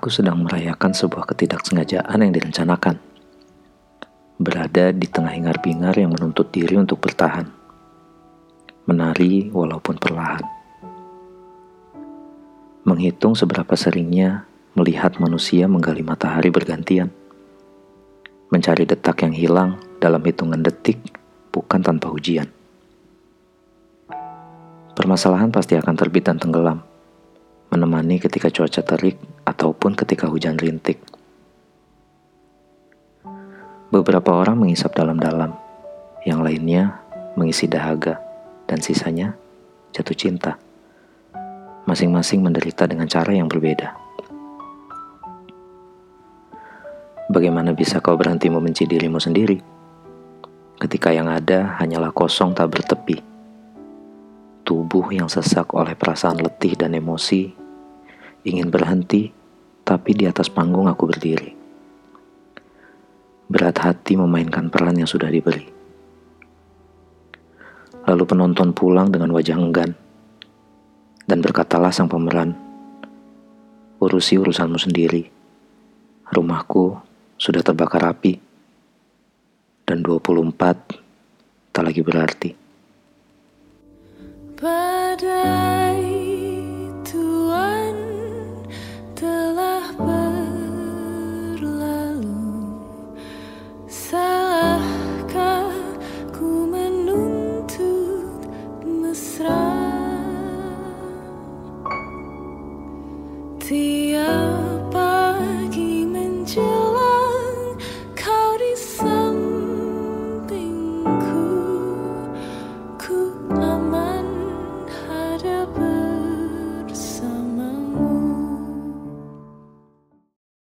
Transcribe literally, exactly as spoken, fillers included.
Aku sedang merayakan sebuah ketidaksengajaan yang direncanakan. Berada di tengah hingar-bingar yang menuntut diri untuk bertahan. Menari walaupun perlahan. Menghitung seberapa seringnya melihat manusia menggali matahari bergantian. Mencari detak yang hilang dalam hitungan detik, bukan tanpa ujian. Permasalahan pasti akan terbit dan tenggelam, menemani ketika cuaca terik ataupun ketika hujan rintik. Beberapa orang mengisap dalam-dalam, yang lainnya mengisi dahaga, dan sisanya jatuh cinta. Masing-masing menderita dengan cara yang berbeda. Bagaimana bisa kau berhenti membenci dirimu sendiri? Ketika yang ada hanyalah kosong tak bertepi. Tubuh yang sesak oleh perasaan letih dan emosi, ingin berhenti, tapi di atas panggung aku berdiri. Berat hati memainkan peran yang sudah diberi. Lalu penonton pulang dengan wajah enggan. Dan berkatalah sang pemeran, urusi urusanmu sendiri. Rumahku sudah terbakar api. Dan dua puluh empat tak lagi berarti. Pada